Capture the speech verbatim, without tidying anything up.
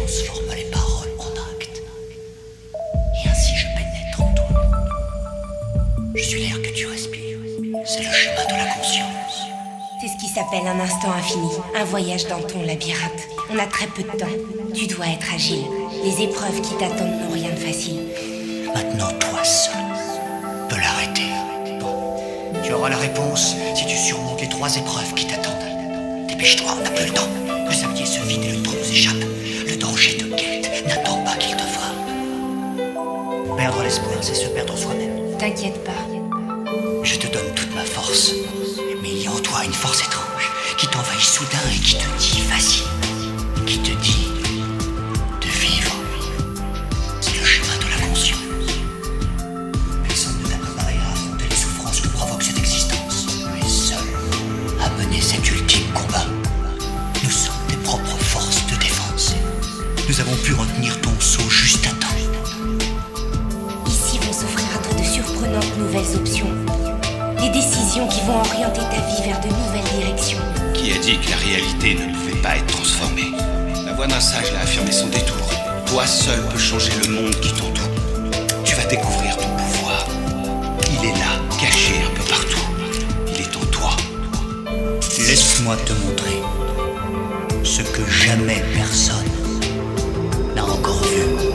transforme les paroles en actes. Et ainsi je pénètre en toi. Je suis l'air que tu respires. C'est le schéma de la conscience. C'est ce qui s'appelle un instant infini, un voyage dans ton labyrinthe. On a très peu de temps. Tu dois être agile. Les épreuves qui t'attendent n'ont rien de facile. Maintenant, toi seul peux l'arrêter. Bon, tu auras la réponse si tu surmontes les trois épreuves qui t'attendent. Dépêche-toi, on n'a plus le temps. Le sablier se vide et le temps nous échappe. Le danger te guette, n'attends pas qu'il te frappe. Perdre l'espoir, c'est se perdre soi-même. T'inquiète pas. Je te donne toute ma force. Mais il y a en toi une force étrange qui t'envahit soudain et qui te dit vas-y. Qui te dit de vivre. C'est le chemin de la conscience. Personne ne t'a préparé à affronter les souffrances que provoque cette existence. Tu es seul à mener cet ultime combat. Nous sommes tes propres forces de défense. Nous avons pu retenir ton saut juste à temps. Ici vont s'offrir à toi de surprenantes nouvelles options. Des décisions qui vont orienter ta vie vers de nouvelles directions. Qui a dit que la réalité ne pouvait pas être transformée? La voix d'un sage l'a affirmé sans détour. Toi seul peux changer le monde qui t'entoure. Tu vas découvrir ton pouvoir. Il est là, caché un peu partout. Il est en toi. Laisse-moi te montrer ce que jamais personne n'a encore vu.